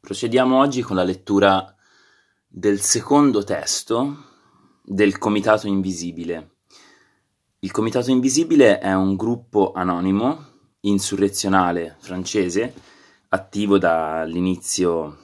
Procediamo oggi con la lettura del secondo testo del Comitato Invisibile. Il Comitato Invisibile è un gruppo anonimo, insurrezionale francese, attivo dall'inizio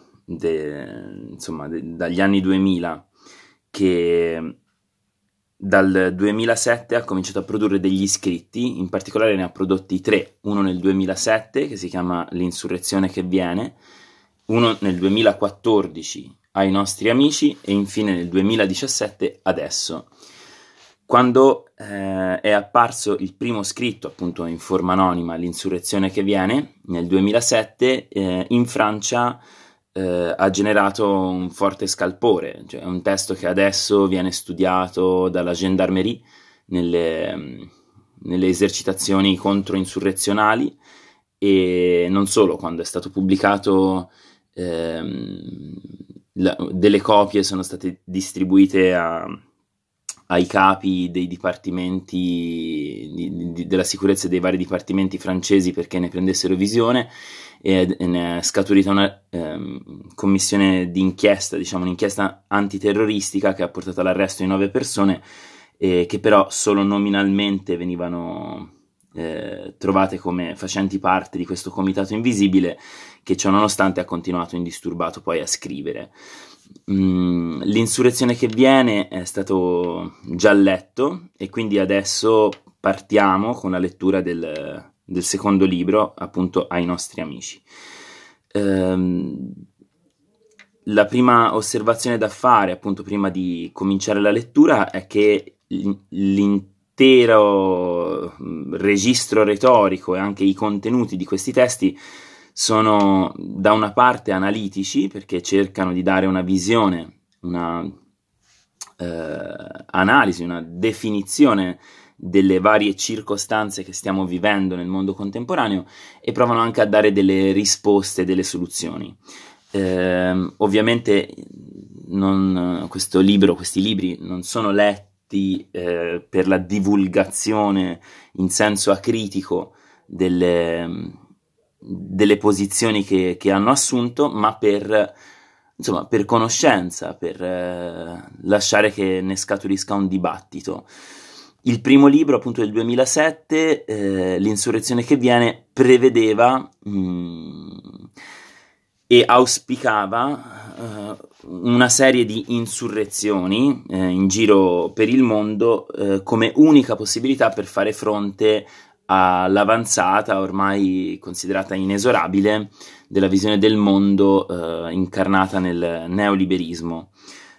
dagli anni 2000, che dal 2007 ha cominciato a produrre degli scritti, in particolare ne ha prodotti 3, uno nel 2007 che si chiama L'insurrezione che viene, uno nel 2014 ai nostri amici e infine nel 2017 adesso. Quando è apparso il primo scritto, appunto in forma anonima, L'insurrezione che viene, nel 2007, in Francia ha generato un forte scalpore, cioè è un testo che adesso viene studiato dalla gendarmerie nelle esercitazioni controinsurrezionali, e non solo. Quando è stato pubblicato delle copie sono state distribuite ai capi dei dipartimenti della sicurezza dei vari dipartimenti francesi perché ne prendessero visione, e ne è scaturita una commissione d'inchiesta, diciamo un'inchiesta antiterroristica che ha portato all'arresto di 9 persone, che però solo nominalmente venivano trovate come facenti parte di questo comitato invisibile, che ciò nonostante ha continuato indisturbato poi a scrivere. L'insurrezione che viene è stato già letto e quindi adesso partiamo con la lettura del secondo libro, appunto Ai nostri amici. La prima osservazione da fare, appunto, prima di cominciare la lettura è che l'intero registro retorico e anche i contenuti di questi testi sono da una parte analitici, perché cercano di dare una visione, una analisi, una definizione delle varie circostanze che stiamo vivendo nel mondo contemporaneo, e provano anche a dare delle risposte, delle soluzioni. Ovviamente questi libri non sono letti per la divulgazione in senso acritico delle posizioni che hanno assunto, ma per conoscenza, per lasciare che ne scaturisca un dibattito. Il primo libro, appunto del 2007, L'insurrezione che viene, prevedeva e auspicava una serie di insurrezioni in giro per il mondo come unica possibilità per fare fronte all'avanzata, ormai considerata inesorabile, della visione del mondo incarnata nel neoliberismo.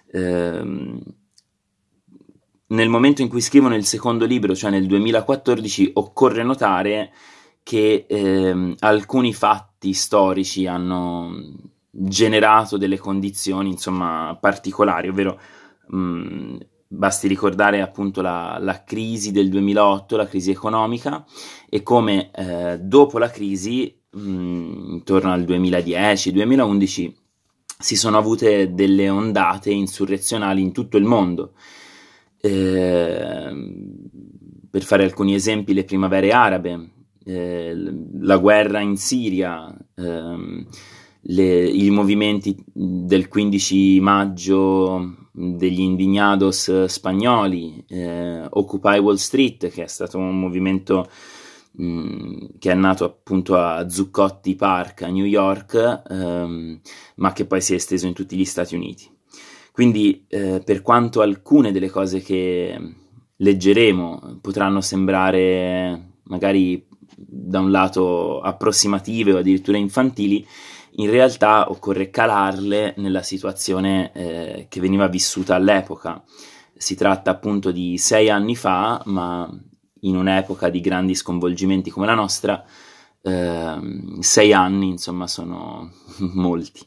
Nel momento in cui scrivono il secondo libro, cioè nel 2014, occorre notare che alcuni fatti storici hanno generato delle condizioni, insomma, particolari, ovvero basti ricordare appunto la crisi del 2008, la crisi economica, e come dopo la crisi, intorno al 2010-2011, si sono avute delle ondate insurrezionali in tutto il mondo. Per fare alcuni esempi, le primavere arabe, la guerra in Siria, i movimenti del 15 maggio degli indignados spagnoli, Occupy Wall Street, che è stato un movimento che è nato appunto a Zuccotti Park a New York, ma che poi si è esteso in tutti gli Stati Uniti. Quindi per quanto alcune delle cose che leggeremo potranno sembrare magari da un lato approssimative o addirittura infantili, in realtà occorre calarle nella situazione che veniva vissuta all'epoca. Si tratta appunto di 6 anni fa, ma in un'epoca di grandi sconvolgimenti come la nostra, 6 anni insomma sono molti.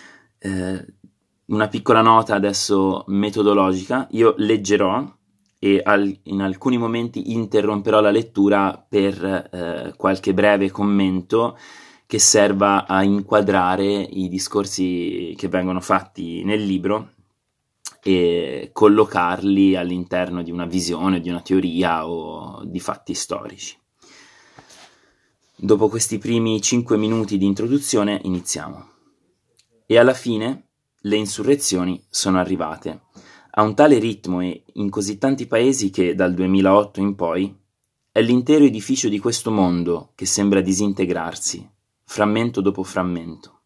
Una piccola nota adesso metodologica: io leggerò e in alcuni momenti interromperò la lettura per qualche breve commento che serva a inquadrare i discorsi che vengono fatti nel libro e collocarli all'interno di una visione, di una teoria o di fatti storici. Dopo questi primi 5 minuti di introduzione iniziamo. E alla fine le insurrezioni sono arrivate, a un tale ritmo e in così tanti paesi che dal 2008 in poi è l'intero edificio di questo mondo che sembra disintegrarsi, frammento dopo frammento.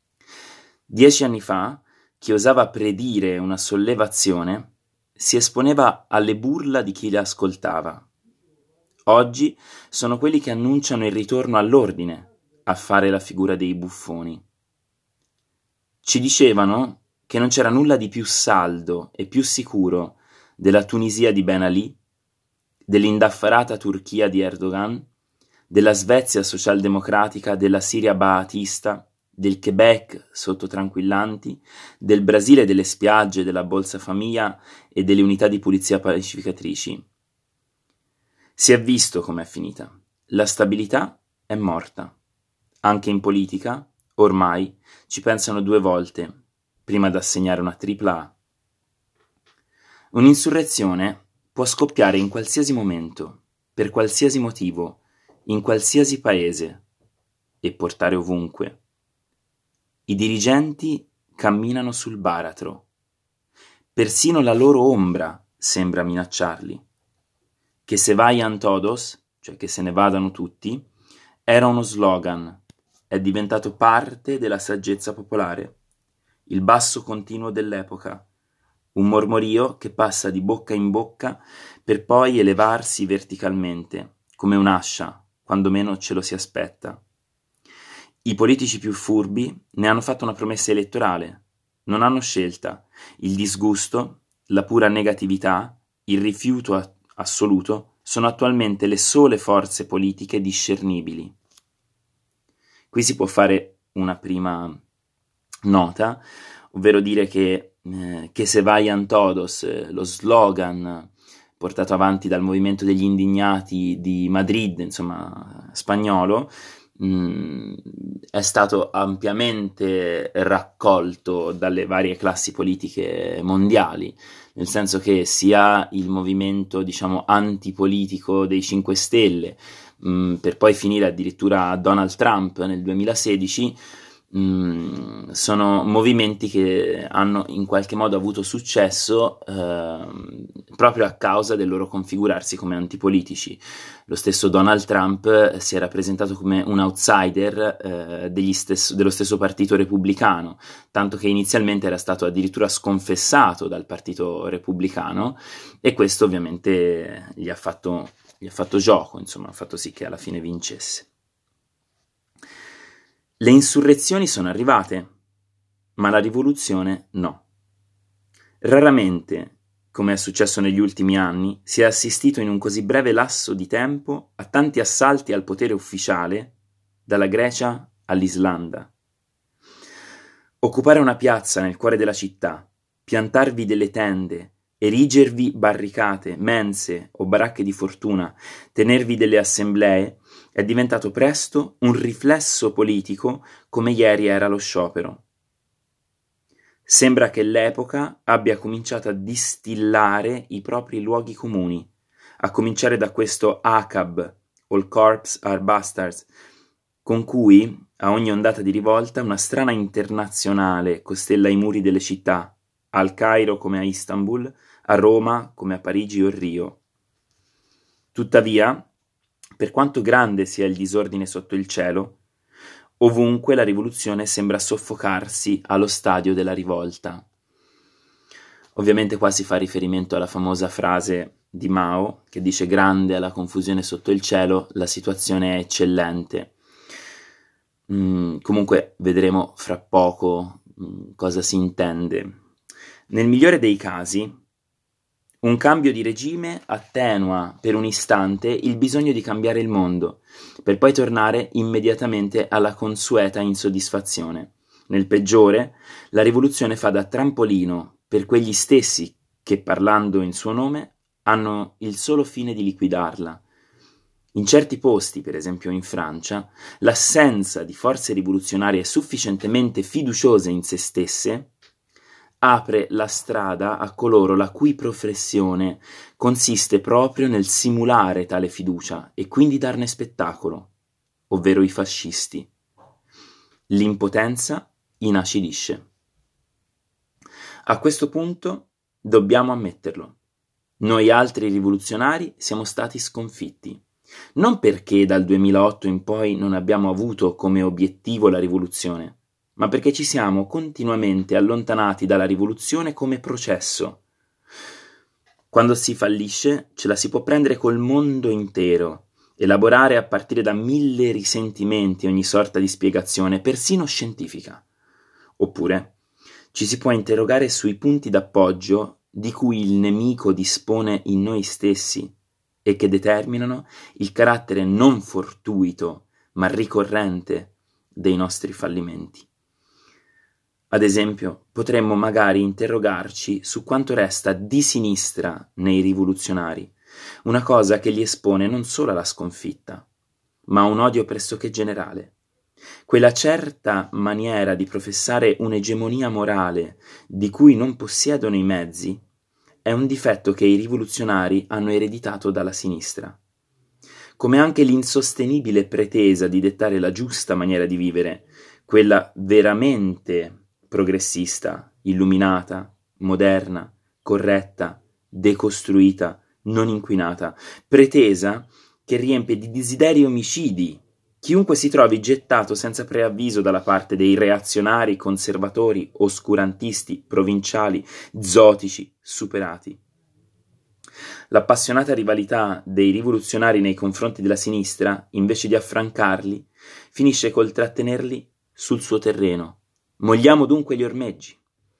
10 anni fa, chi osava predire una sollevazione si esponeva alle burla di chi le ascoltava. Oggi sono quelli che annunciano il ritorno all'ordine a fare la figura dei buffoni. Ci dicevano che non c'era nulla di più saldo e più sicuro della Tunisia di Ben Ali, dell'indaffarata Turchia di Erdogan, della Svezia socialdemocratica, della Siria baatista, del Quebec sotto tranquillanti, del Brasile delle spiagge, della Bolsa Famiglia e delle unità di polizia pacificatrici. Si è visto com'è finita. La stabilità è morta. Anche in politica, ormai, ci pensano 2 volte prima di assegnare una AAA. Un'insurrezione può scoppiare in qualsiasi momento, per qualsiasi motivo, in qualsiasi paese, e portare ovunque. I dirigenti camminano sul baratro. Persino la loro ombra sembra minacciarli. Che se vayan todos, cioè che se ne vadano tutti, era uno slogan, è diventato parte della saggezza popolare, il basso continuo dell'epoca, un mormorio che passa di bocca in bocca per poi elevarsi verticalmente, come un'ascia, quando meno ce lo si aspetta. I politici più furbi ne hanno fatto una promessa elettorale, non hanno scelta, il disgusto, la pura negatività, il rifiuto assoluto sono attualmente le sole forze politiche discernibili. Qui si può fare una prima nota, ovvero dire che se vayan todos, lo slogan portato avanti dal movimento degli indignati di Madrid, insomma spagnolo, è stato ampiamente raccolto dalle varie classi politiche mondiali, nel senso che sia il movimento, diciamo, antipolitico dei 5 Stelle, per poi finire addirittura a Donald Trump nel 2016, sono movimenti che hanno in qualche modo avuto successo proprio a causa del loro configurarsi come antipolitici. Lo stesso Donald Trump si era presentato come un outsider dello stesso partito repubblicano, tanto che inizialmente era stato addirittura sconfessato dal partito repubblicano, e questo ovviamente gli ha fatto gioco, insomma, ha fatto sì che alla fine vincesse. Le insurrezioni sono arrivate, ma la rivoluzione no. Raramente, come è successo negli ultimi anni, si è assistito in un così breve lasso di tempo a tanti assalti al potere ufficiale, dalla Grecia all'Islanda. Occupare una piazza nel cuore della città, piantarvi delle tende, erigervi barricate, mense o baracche di fortuna, tenervi delle assemblee, è diventato presto un riflesso politico come ieri era lo sciopero. Sembra che l'epoca abbia cominciato a distillare i propri luoghi comuni, a cominciare da questo ACAB, All Corps Are Bastards, con cui, a ogni ondata di rivolta, una strana internazionale costella i muri delle città, al Cairo come a Istanbul, a Roma come a Parigi o Rio. Tuttavia, per quanto grande sia il disordine sotto il cielo, ovunque la rivoluzione sembra soffocarsi allo stadio della rivolta. Ovviamente qua si fa riferimento alla famosa frase di Mao che dice: grande è la confusione sotto il cielo, la situazione è eccellente. Comunque vedremo fra poco cosa si intende. Nel migliore dei casi, un cambio di regime attenua per un istante il bisogno di cambiare il mondo, per poi tornare immediatamente alla consueta insoddisfazione. Nel peggiore, la rivoluzione fa da trampolino per quegli stessi che, parlando in suo nome, hanno il solo fine di liquidarla. In certi posti, per esempio in Francia, l'assenza di forze rivoluzionarie sufficientemente fiduciose in se stesse apre la strada a coloro la cui professione consiste proprio nel simulare tale fiducia e quindi darne spettacolo, ovvero i fascisti. L'impotenza inacidisce. A questo punto dobbiamo ammetterlo. Noi altri rivoluzionari siamo stati sconfitti. Non perché dal 2008 in poi non abbiamo avuto come obiettivo la rivoluzione, ma perché ci siamo continuamente allontanati dalla rivoluzione come processo. Quando si fallisce, ce la si può prendere col mondo intero, elaborare a partire da 1000 risentimenti ogni sorta di spiegazione, persino scientifica. Oppure ci si può interrogare sui punti d'appoggio di cui il nemico dispone in noi stessi e che determinano il carattere non fortuito ma ricorrente dei nostri fallimenti. Ad esempio, potremmo magari interrogarci su quanto resta di sinistra nei rivoluzionari, una cosa che li espone non solo alla sconfitta, ma a un odio pressoché generale. Quella certa maniera di professare un'egemonia morale di cui non possiedono i mezzi è un difetto che i rivoluzionari hanno ereditato dalla sinistra. Come anche l'insostenibile pretesa di dettare la giusta maniera di vivere, quella veramente progressista, illuminata, moderna, corretta, decostruita, non inquinata, pretesa che riempie di desideri omicidi chiunque si trovi gettato senza preavviso dalla parte dei reazionari, conservatori, oscurantisti, provinciali, zotici, superati. L'appassionata rivalità dei rivoluzionari nei confronti della sinistra, invece di affrancarli, finisce col trattenerli sul suo terreno. Mogliamo dunque gli ormeggi.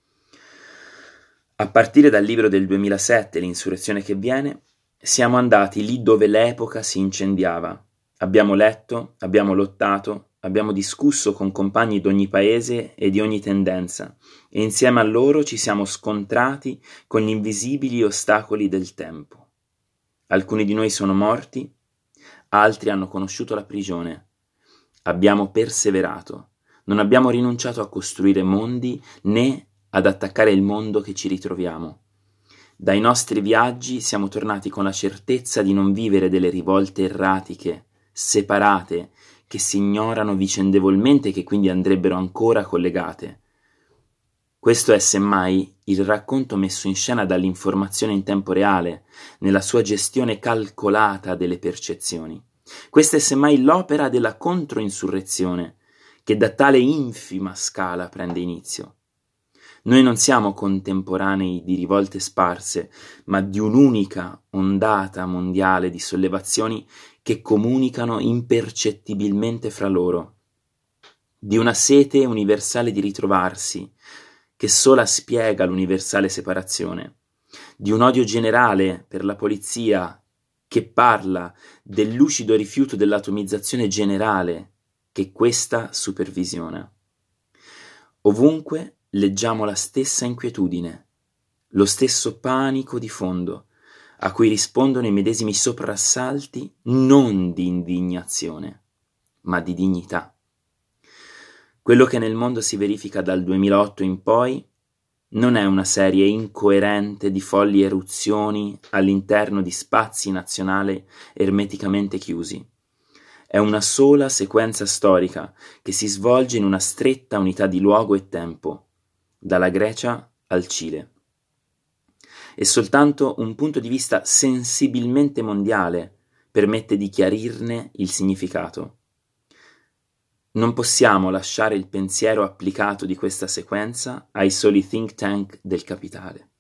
A partire dal libro del 2007, L'insurrezione che viene, siamo andati lì dove l'epoca si incendiava. Abbiamo letto, abbiamo lottato, abbiamo discusso con compagni d'ogni paese e di ogni tendenza, e insieme a loro ci siamo scontrati con gli invisibili ostacoli del tempo. Alcuni di noi sono morti, altri hanno conosciuto la prigione. Abbiamo perseverato, non abbiamo rinunciato a costruire mondi né ad attaccare il mondo che ci ritroviamo. Dai nostri viaggi siamo tornati con la certezza di non vivere delle rivolte erratiche, separate, che si ignorano vicendevolmente e che quindi andrebbero ancora collegate. Questo è semmai il racconto messo in scena dall'informazione in tempo reale, nella sua gestione calcolata delle percezioni. Questa è semmai l'opera della controinsurrezione, che da tale infima scala prende inizio. Noi non siamo contemporanei di rivolte sparse, ma di un'unica ondata mondiale di sollevazioni che comunicano impercettibilmente fra loro, di una sete universale di ritrovarsi, che sola spiega l'universale separazione, di un odio generale per la polizia che parla del lucido rifiuto dell'atomizzazione generale che questa supervisiona. Ovunque leggiamo la stessa inquietudine, lo stesso panico di fondo, a cui rispondono i medesimi soprassalti non di indignazione, ma di dignità. Quello che nel mondo si verifica dal 2008 in poi non è una serie incoerente di folli eruzioni all'interno di spazi nazionali ermeticamente chiusi. È una sola sequenza storica che si svolge in una stretta unità di luogo e tempo, dalla Grecia al Cile. E soltanto un punto di vista sensibilmente mondiale permette di chiarirne il significato. Non possiamo lasciare il pensiero applicato di questa sequenza ai soli think tank del capitale.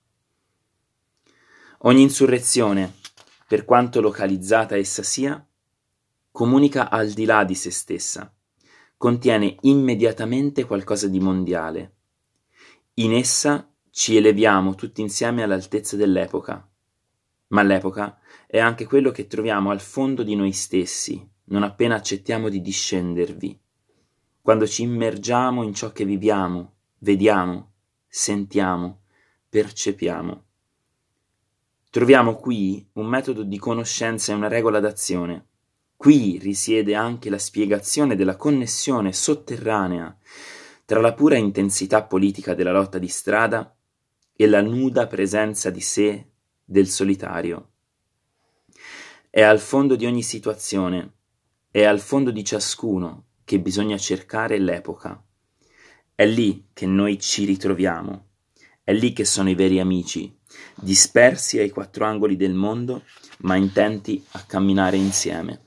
Ogni insurrezione, per quanto localizzata essa sia, comunica al di là di se stessa, contiene immediatamente qualcosa di mondiale. In essa ci eleviamo tutti insieme all'altezza dell'epoca, ma l'epoca è anche quello che troviamo al fondo di noi stessi, non appena accettiamo di discendervi, quando ci immergiamo in ciò che viviamo, vediamo, sentiamo, percepiamo. Troviamo qui un metodo di conoscenza e una regola d'azione. Qui risiede anche la spiegazione della connessione sotterranea tra la pura intensità politica della lotta di strada e la nuda presenza di sé del solitario. È al fondo di ogni situazione, è al fondo di ciascuno che bisogna cercare l'epoca. È lì che noi ci ritroviamo, è lì che sono i veri amici, dispersi ai quattro angoli del mondo, ma intenti a camminare insieme.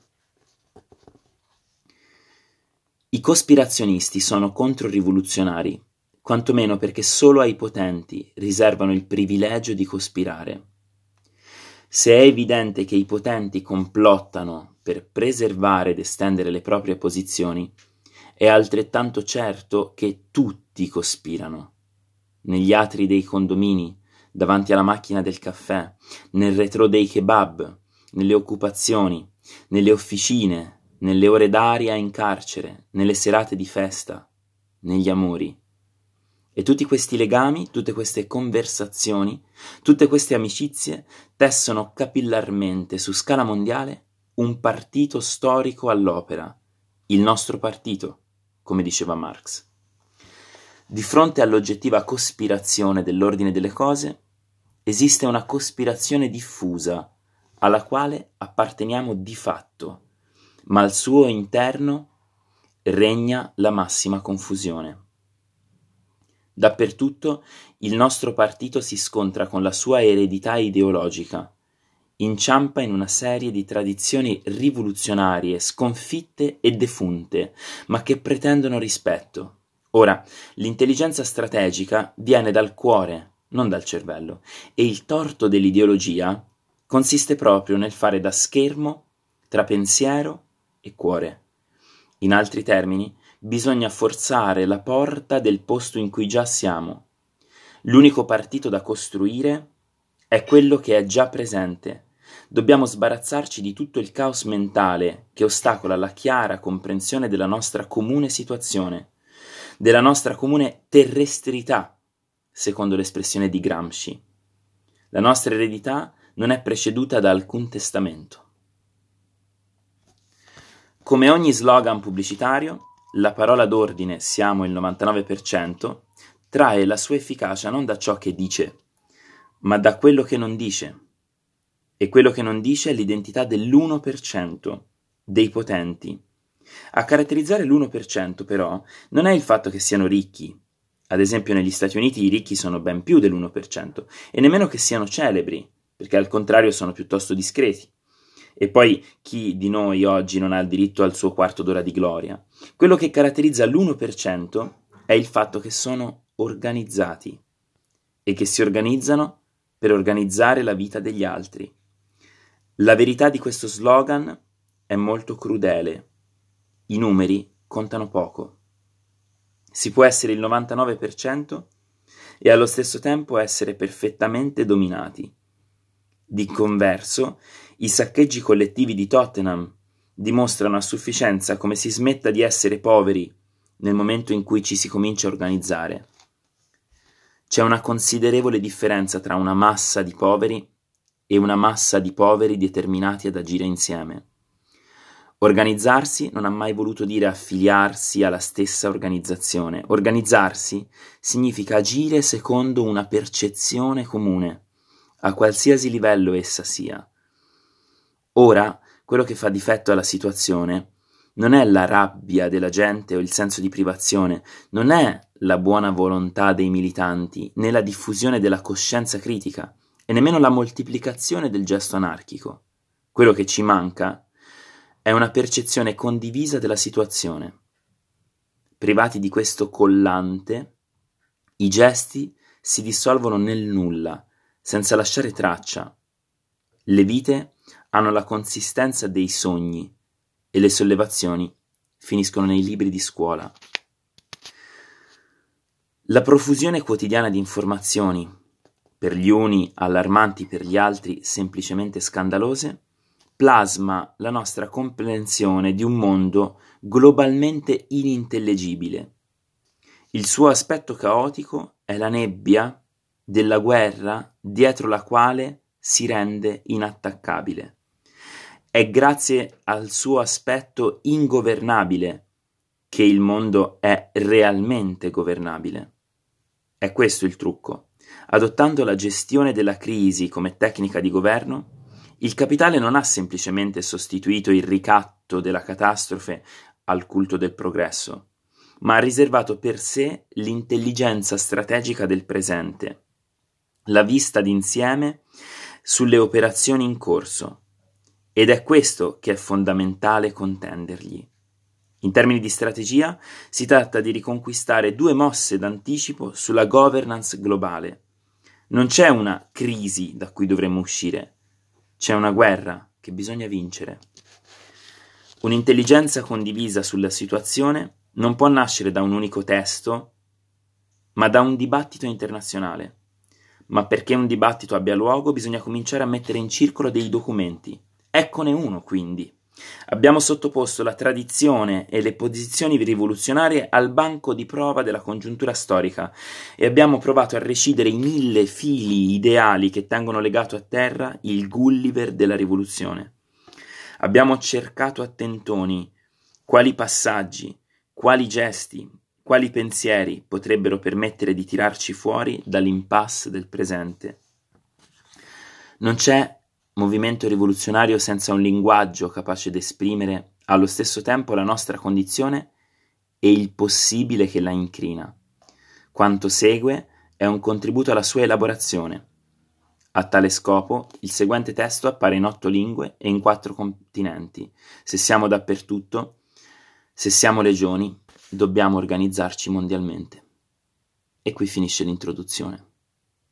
I cospirazionisti sono controrivoluzionari, quantomeno perché solo ai potenti riservano il privilegio di cospirare. Se è evidente che i potenti complottano per preservare ed estendere le proprie posizioni, è altrettanto certo che tutti cospirano. Negli atri dei condomini, davanti alla macchina del caffè, nel retro dei kebab, nelle occupazioni, nelle officine, nelle ore d'aria in carcere, nelle serate di festa, negli amori. E tutti questi legami, tutte queste conversazioni, tutte queste amicizie tessono capillarmente su scala mondiale un partito storico all'opera, il nostro partito, come diceva Marx. Di fronte all'oggettiva cospirazione dell'ordine delle cose, esiste una cospirazione diffusa alla quale apparteniamo di fatto, ma al suo interno regna la massima confusione. Dappertutto il nostro partito si scontra con la sua eredità ideologica, inciampa in una serie di tradizioni rivoluzionarie, sconfitte e defunte, ma che pretendono rispetto. Ora, l'intelligenza strategica viene dal cuore, non dal cervello, e il torto dell'ideologia consiste proprio nel fare da schermo tra pensiero e cuore. In altri termini, bisogna forzare la porta del posto in cui già siamo. L'unico partito da costruire è quello che è già presente. Dobbiamo sbarazzarci di tutto il caos mentale che ostacola la chiara comprensione della nostra comune situazione, della nostra comune terrestrità, secondo l'espressione di Gramsci. La nostra eredità non è preceduta da alcun testamento. Come ogni slogan pubblicitario, la parola d'ordine "siamo il 99%" trae la sua efficacia non da ciò che dice, ma da quello che non dice. E quello che non dice è l'identità dell'1%, dei potenti. A caratterizzare l'1% però non è il fatto che siano ricchi. Ad esempio negli Stati Uniti i ricchi sono ben più dell'1%, e nemmeno che siano celebri, perché al contrario sono piuttosto discreti. E poi chi di noi oggi non ha il diritto al suo quarto d'ora di gloria? Quello che caratterizza l'1% è il fatto che sono organizzati e che si organizzano per organizzare la vita degli altri. La verità di questo slogan è molto crudele. I numeri contano poco. Si può essere il 99% e allo stesso tempo essere perfettamente dominati. Di converso, i saccheggi collettivi di Tottenham dimostrano a sufficienza come si smetta di essere poveri nel momento in cui ci si comincia a organizzare. C'è una considerevole differenza tra una massa di poveri e una massa di poveri determinati ad agire insieme. Organizzarsi non ha mai voluto dire affiliarsi alla stessa organizzazione. Organizzarsi significa agire secondo una percezione comune, a qualsiasi livello essa sia. Ora, quello che fa difetto alla situazione non è la rabbia della gente o il senso di privazione, non è la buona volontà dei militanti, né la diffusione della coscienza critica, e nemmeno la moltiplicazione del gesto anarchico. Quello che ci manca è una percezione condivisa della situazione. Privati di questo collante, i gesti si dissolvono nel nulla, senza lasciare traccia. Le vite hanno la consistenza dei sogni e le sollevazioni finiscono nei libri di scuola. La profusione quotidiana di informazioni, per gli uni allarmanti, per gli altri semplicemente scandalose, plasma la nostra comprensione di un mondo globalmente inintellegibile. Il suo aspetto caotico è la nebbia della guerra dietro la quale si rende inattaccabile. È grazie al suo aspetto ingovernabile che il mondo è realmente governabile. È questo il trucco. Adottando la gestione della crisi come tecnica di governo, il capitale non ha semplicemente sostituito il ricatto della catastrofe al culto del progresso, ma ha riservato per sé l'intelligenza strategica del presente, la vista d'insieme sulle operazioni in corso, ed è questo che è fondamentale contendergli. In termini di strategia, si tratta di riconquistare 2 mosse d'anticipo sulla governance globale. Non c'è una crisi da cui dovremmo uscire, c'è una guerra che bisogna vincere. Un'intelligenza condivisa sulla situazione non può nascere da un unico testo, ma da un dibattito internazionale. Ma perché un dibattito abbia luogo, bisogna cominciare a mettere in circolo dei documenti. Eccone uno, quindi. Abbiamo sottoposto la tradizione e le posizioni rivoluzionarie al banco di prova della congiuntura storica e abbiamo provato a recidere i 1000 fili ideali che tengono legato a terra il Gulliver della rivoluzione. Abbiamo cercato a tentoni quali passaggi, quali gesti, quali pensieri potrebbero permettere di tirarci fuori dall'impasse del presente. Non c'è movimento rivoluzionario senza un linguaggio capace di esprimere allo stesso tempo la nostra condizione e il possibile che la incrina. Quanto segue è un contributo alla sua elaborazione. A tale scopo, il seguente testo appare in 8 lingue e in 4 continenti. Se siamo dappertutto, se siamo legioni, dobbiamo organizzarci mondialmente. E qui finisce l'introduzione.